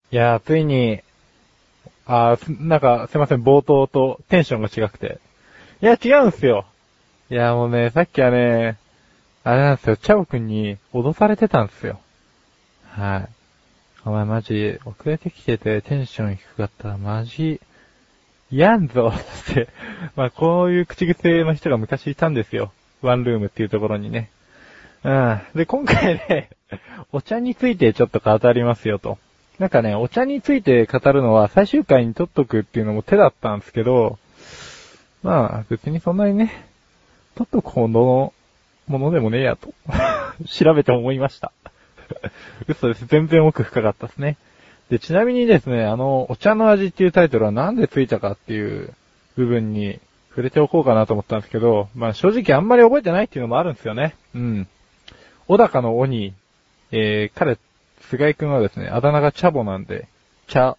いやー、ついに、なんか、すいません、冒頭とテンションが違くて。いや、違うんすよ。いや、もうね、さっきはね、あれなんですよ、チャオくんに脅されてたんですよ。はい。お前マジ、遅れてきててテンション低かったらマジ、やんぞって。まあ、こういう口癖の人が昔いたんですよ。ワンルームっていうところにね。うん。で、今回ね、お茶についてちょっと語りますよと。なんかね、お茶について語るのは最終回に撮っとくっていうのも手だったんですけど、まあ、別にそんなにね、撮っとくほどのものでもねえやと。調べて思いました。嘘です。全然奥深かったですね。で、ちなみにですね、お茶の味っていうタイトルはなんでついたかっていう部分に触れておこうかなと思ったんですけど、まあ正直あんまり覚えてないっていうのもあるんですよね。うん。小高の鬼、彼、菅井くんはですね、あだ名がチャボなんで、茶って、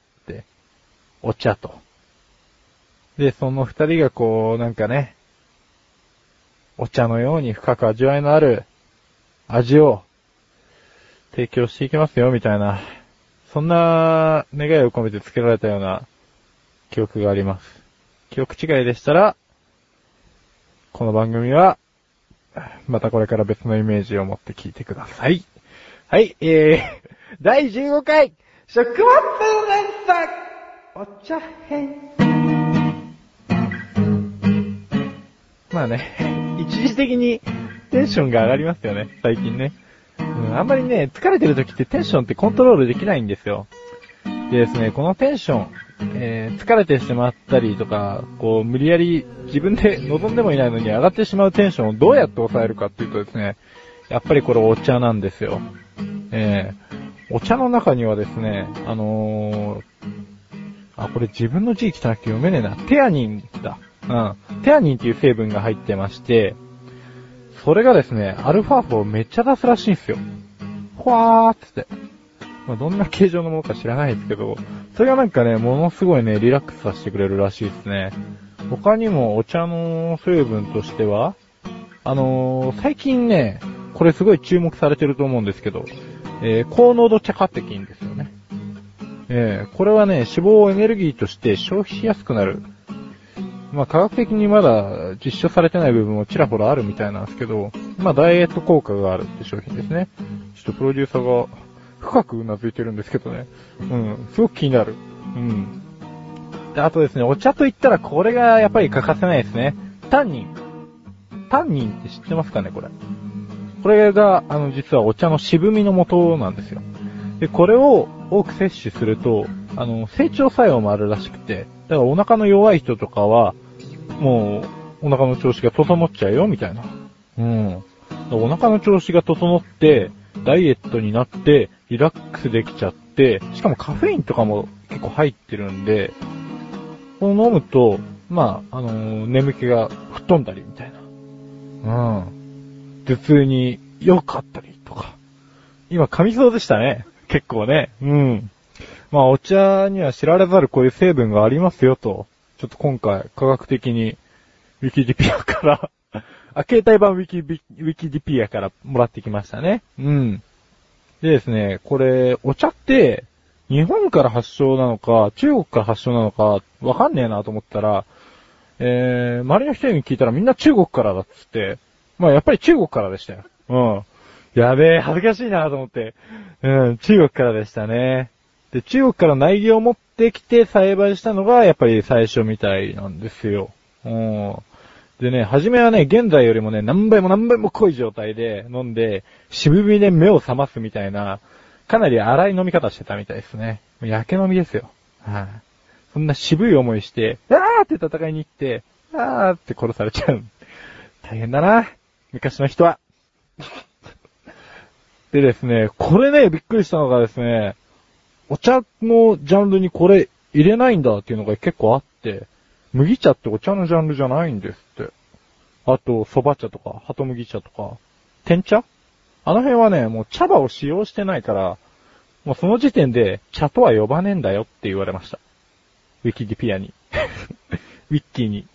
お茶と。で、その二人がこう、なんかね、お茶のように深く味わいのある味を提供していきますよ、みたいな。そんな願いを込めて付けられたような記憶があります。記憶違いでしたら、この番組は、またこれから別のイメージを持って聞いてください。はい、第15回、食物連鎖、お茶編。まあね、一時的にテンションが上がりますよね、最近ね。あんまりね、疲れてる時ってテンションってコントロールできないんですよ。でですね、このテンション、疲れてしまったりとか、こう、無理やり自分で望んでもいないのに上がってしまうテンションをどうやって抑えるかっていうとですね、やっぱりこれお茶なんですよ。お茶の中にはですね、これ自分の字汚くて読めねえな。テアニンだ。テアニンっていう成分が入ってまして、それがですね、アルファ波をめっちゃ出すらしいんですよ。ふわーって。まあ、どんな形状のものか知らないですけど、それがなんかね、ものすごいね、リラックスさせてくれるらしいですね。他にもお茶の成分としては、最近ね、これすごい注目されてると思うんですけど、高濃度茶カテキンですよね。これはね、脂肪をエネルギーとして消費しやすくなる。まあ、科学的にまだ実証されてない部分もちらほらあるみたいなんですけど、まあ、ダイエット効果があるって商品ですね。ちょっとプロデューサーが深く頷いてるんですけどね。すごく気になる。で、あとですね、お茶と言ったらこれがやっぱり欠かせないですね。タンニン。タンニンって知ってますかね、これ。これが、実はお茶の渋みの元なんですよ。で、これを多く摂取すると、成長作用もあるらしくて、だからお腹の弱い人とかは、もう、お腹の調子が整っちゃうよ、みたいな。お腹の調子が整って、ダイエットになって、リラックスできちゃって、しかもカフェインとかも結構入ってるんで、これ飲むと、まあ、眠気が吹っ飛んだりみたいな。頭痛に良かったりとか。今噛みそうでしたね。結構ね。まあ、お茶には知られざるこういう成分がありますよと。ちょっと今回科学的にウィキディピアから携帯版ウィキディピアからもらってきましたね。でですね、これ、お茶って、日本から発祥なのか、中国から発祥なのか、わかんねえなと思ったら、周りの人に聞いたらみんな中国からだっつって、まあやっぱり中国からでしたよ。やべえ、恥ずかしいなと思って。中国からでしたね。で、中国から苗木を持ってきて栽培したのがやっぱり最初みたいなんですよ。でね、初めはね、現在よりもね、何倍も何倍も濃い状態で飲んで、渋みで目を覚ますみたいな、かなり荒い飲み方してたみたいですね。焼け飲みですよ。そんな渋い思いして、って戦いに行って、って殺されちゃう。大変だな、昔の人は。でですね、これね、びっくりしたのがですね、お茶のジャンルにこれ入れないんだっていうのが結構あって、麦茶ってお茶のジャンルじゃないんですって。あと、蕎麦茶とか、鳩麦茶とか、天茶あの辺はね、もう茶葉を使用してないから、もうその時点で茶とは呼ばねえんだよって言われました。ウィキディピアに。ウィッキーに。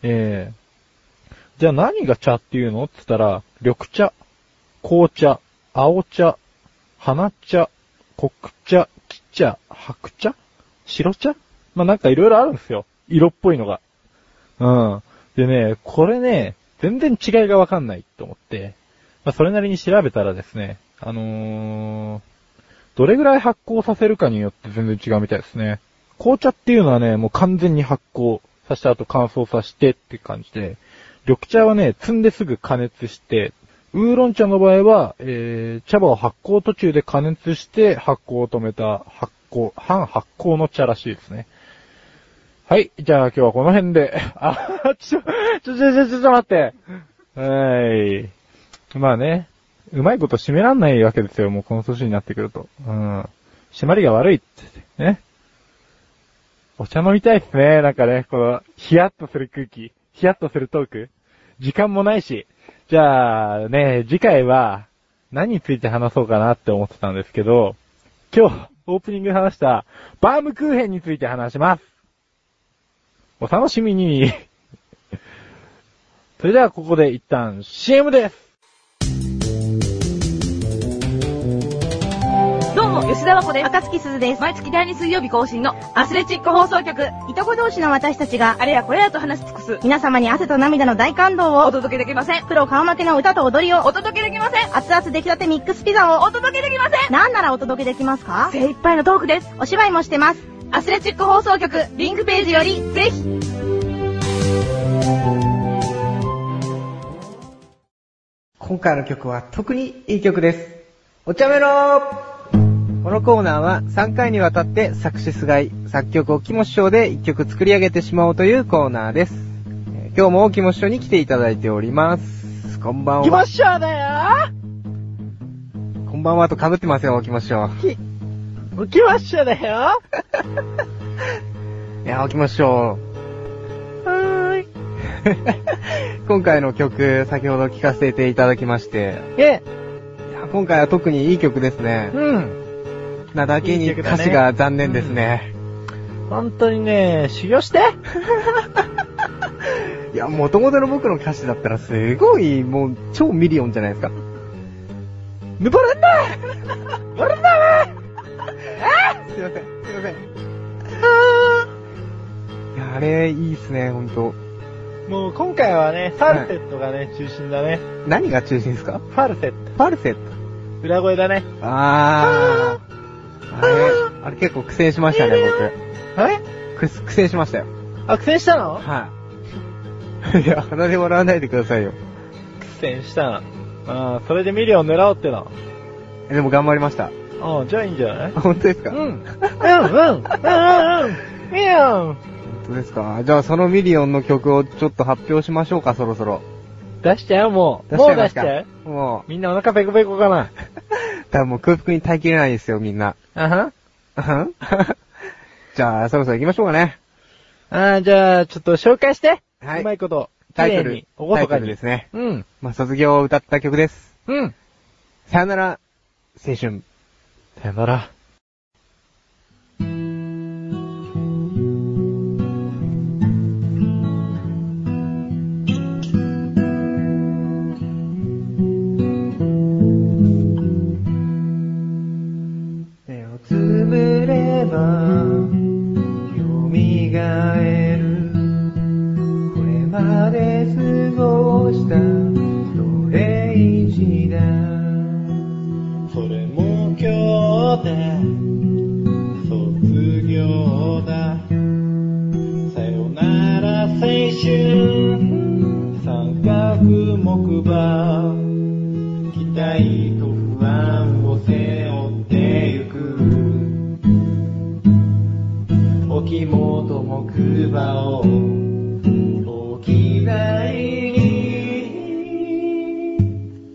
じゃあ何が茶っていうのって言ったら、緑茶、紅茶、青茶、花茶、黒茶、 茶、白茶、白茶、まあ、なんかいろいろあるんですよ。色っぽいのが。うん。でね、これね、全然違いがわかんないと思って、まあ、それなりに調べたらですね、どれぐらい発酵させるかによって全然違うみたいですね。紅茶っていうのはね、もう完全に発酵させた後乾燥させてって感じで、緑茶はね、摘んですぐ加熱して、ウーロン茶の場合は、茶葉を発酵途中で加熱して発酵を止めた半発酵の茶らしいですね。はい。じゃあ今日はこの辺で。ちょっと待って。まあね。うまいこと締めらんないわけですよ。もうこの年になってくると。うん。締まりが悪いって。ね。お茶飲みたいですね。なんかね、この、ヒヤッとする空気。ヒヤッとするトーク。時間もないし。じゃあね、次回は何について話そうかなって思ってたんですけど、今日オープニングで話したバームクーヘンについて話します。お楽しみに。それではここで一旦 CM です。 どうも、吉田和子です。 赤月鈴です。 毎月第2水曜日更新のアスレチック放送局。 いとこ同士の私たちがあれやこれやと話し尽くす。 皆様に汗と涙の大感動をお届けできません。 プロ顔負けの歌と踊りをお届けできません。 熱々出来立てミックスピザをお届けできません。 なんならお届けできますか？ 精一杯のトークです。 お芝居もしてます。 アスレチック放送局リンクページよりぜひ。 今回の曲は特にいい曲です。お茶メロ。このコーナーは3回にわたって作詞菅井、作曲を木本師匠で1曲作り上げてしまおうというコーナーです。今日も木本師匠に来ていただいております。こんばんは。 木本師匠だよこんばんはと被ってますよ、木本師匠。 木本師匠だよいや、木本師匠。今回の曲、先ほど聴かせていただきまして。いや、今回は特にいい曲ですね。 うん。 なだけに歌詞が残念ですね。 本当にね、修行していや、元々の僕の歌詞だったらすごい、もう超ミリオンじゃないですか。 ぬぼれんなぼれんなすいません、すいません。いや、あれ、いいっすね、ほんと。 もう今回はね、ファルセットがね、中心だね。 何が中心ですか？ ファルセット。 ファルセット。 裏声だね。 あれ結構苦戦しましたね、僕。苦戦しましたよ。 あ、苦戦したの？ はい。いや、鼻で笑わないでくださいよ。 苦戦したの。それでミリオン狙おうっての。 でも頑張りました。 じゃあいいんじゃない？ 本当ですか？ミリオン本当ですか？じゃあそのミリオンの曲をちょっと発表しましょうか、そろそろ。 出しちゃう？もう出しちゃう？ もう。 みんなお腹ペコペコかな。 多分もう空腹に耐えきれないですよ、みんな。じゃあ、そろそろ行きましょうかね。 じゃあ、ちょっと紹介して。 はい。 うまいこと。 タイトル。 おごそかにですね。 うん。 まあ、卒業を歌った曲です。 うん。 さよなら、青春。 さよなら。 つぶれば蘇るこれまで過ごしたストレージだそれも今日で卒業ださよなら青春三角木馬期待と不安を背負ってゆく木本木馬を置き去りに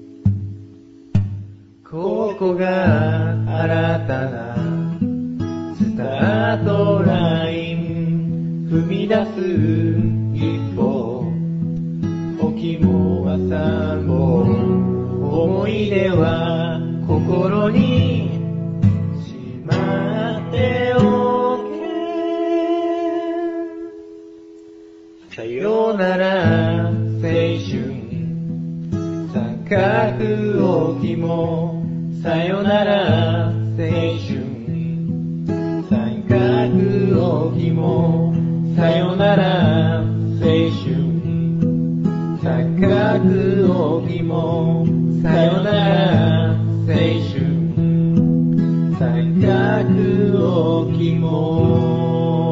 ここが新たなスタートライン踏み出す一歩時もは三歩思い出は心にしまっておけさよなら青春三角置きもさよなら青春きもさよなら青春高く大きもさよなら青春高く大きも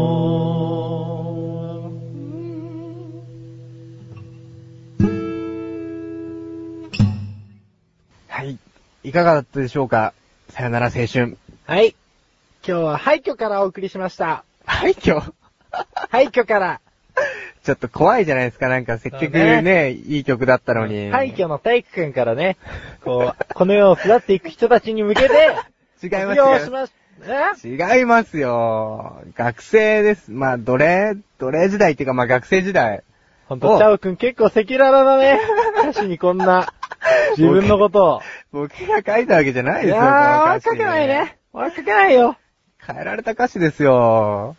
はい。いかがだったでしょうか？さよなら青春。 はい。今日は廃墟からお送りしました。 廃墟廃墟から。 ちょっと怖いじゃないですか。なんかせっかくね、いい曲だったのに。 廃墟の体育館からね、この世を育っていく人たちに向けて、 違いますよ。します。 違いますよ。学生です。まあ、奴隷時代っていうか、まあ学生時代。 ほんと、チャオくん結構赤裸々だね。歌詞にこんな、自分のことを。 僕が書いたわけじゃないですよ。 いやー、俺書けないね。俺書けないよ。 変えられた歌詞ですよ。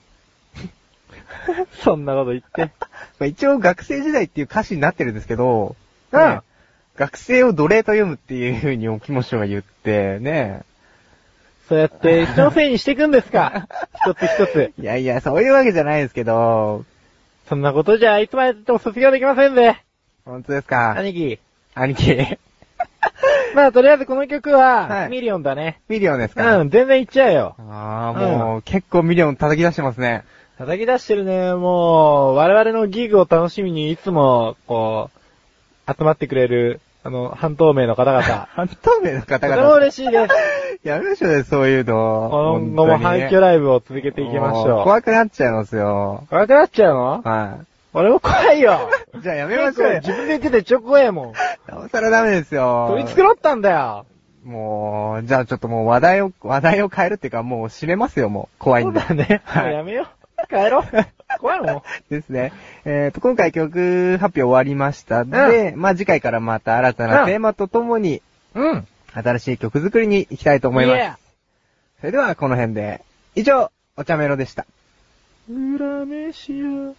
そんなこと言って。 まあ一応学生時代っていう歌詞になってるんですけど、 うん。 学生を奴隷と読むっていう風におきもしょが言ってね。 そうやって人のせいにしていくんですか？一つ一つ。 いやいや、そういうわけじゃないですけど。 そんなことじゃいつまでやっても卒業できませんぜ。 本当ですか？ 兄貴。 まあとりあえずこの曲は、 はいミリオンだね。 ミリオンですか？ うん、全然いっちゃえよ。 ああ、もう、結構ミリオン叩き出してますね。 叩き出してるね。もう、我々のギグを楽しみにいつも、こう、集まってくれる、半透明の方々。 半透明の方々。 とても嬉しいです。 やめましょうね、そういうの。 今後も廃墟ライブを続けていきましょう。 怖くなっちゃいますよ。 怖くなっちゃうの？ はい。 俺も怖いよ。 じゃあやめましょうよ。 自分で言っててちょっ怖えもん。 なおさらダメですよ。 取り繕ったんだよ。 もう、じゃあちょっともう話題を変えるっていうかもう閉めますよ、もう。怖いんで。 そうだね。はい。もうやめよう。帰ろう。怖いもん。 ですね。今回曲発表終わりましたで、まあ次回からまた新たなテーマとともに、新しい曲作りに行きたいと思います。それではこの辺で、以上、お茶メロでした。 裏飯屋。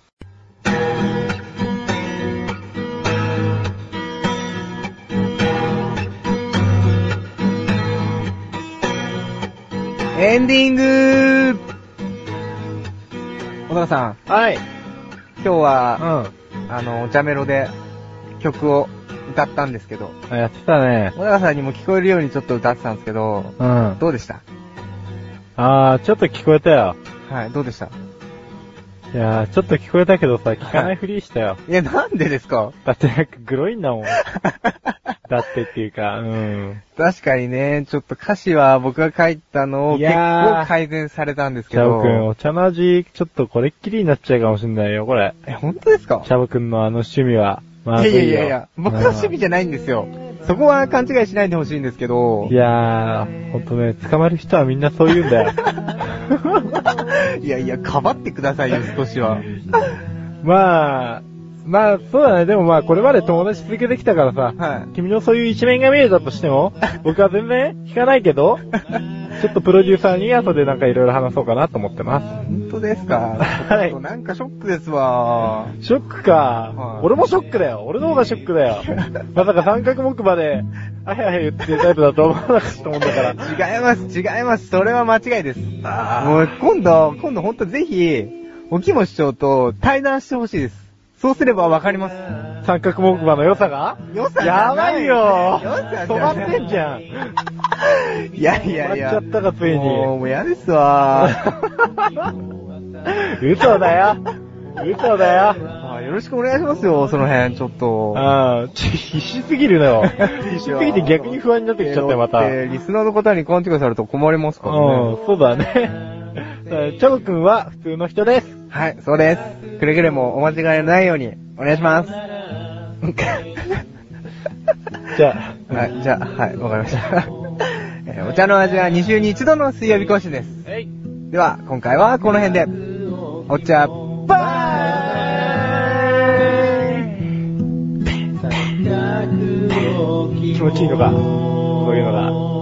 エンディング小田さん。 はい。 今日は、お茶メロで曲を歌ったんですけど。 やってたね。 小田さんにも聞こえるようにちょっと歌ってたんですけど、どうでした？ ちょっと聞こえたよ。 はい、どうでした？ いやちょっと聞こえたけどさ、聞かないふりしたよ。 いや、なんでですか？ だってなんかグロいんだもん。だってっていうか、 確かにね、ちょっと歌詞は僕が書いたのを結構改善されたんですけど。 チャボくん、お茶の味、ちょっとこれっきりになっちゃうかもしんないよ、これ。 本当ですか？ チャボくんの趣味は。まずいよ。 いや、僕の趣味じゃないんですよ。そこは勘違いしないでほしいんですけど。 いやほんとね、捕まる人はみんなそう言うんだよ。 いや、かばってくださいよ、少しは。 まあ、そうだね。でもこれまで友達続けてきたからさ、はい、君のそういう一面が見えたとしても、僕は全然聞かないけど、ちょっとプロデューサーに後でなんかいろいろ話そうかなと思ってます。 本当ですか？ はい。 なんかショックですわ。 ショックか、はい。俺もショックだよ。俺の方がショックだよ。まさか三角木馬で、あへあへ言ってるタイプだと思わなかったもんだから。 違います。それは間違いです。もう今度ほんとぜひ、おきも市長と対談してほしいです。そうすればわかります。 三角木馬の良さが？やばいよ。止まってんじゃん。 いや。 止まっちゃったか、ついに。 もう嫌ですわ。 嘘だよ。 よろしくお願いしますよ、その辺、ちょっと。 必死すぎるのよ。必死すぎて逆に不安になってきちゃったよ、また。 リスナーの方に勘違いされると困りますからね。 そうだね。チャボくんは普通の人です。 はい、そうです。くれぐれもお間違いのないようにお願いします。 じゃあ、 はい、わかりました。お茶の味は2週に1度の水曜日更新です。では、今回はこの辺で。お茶、バーイ！ 気持ちいいのか、こういうのが。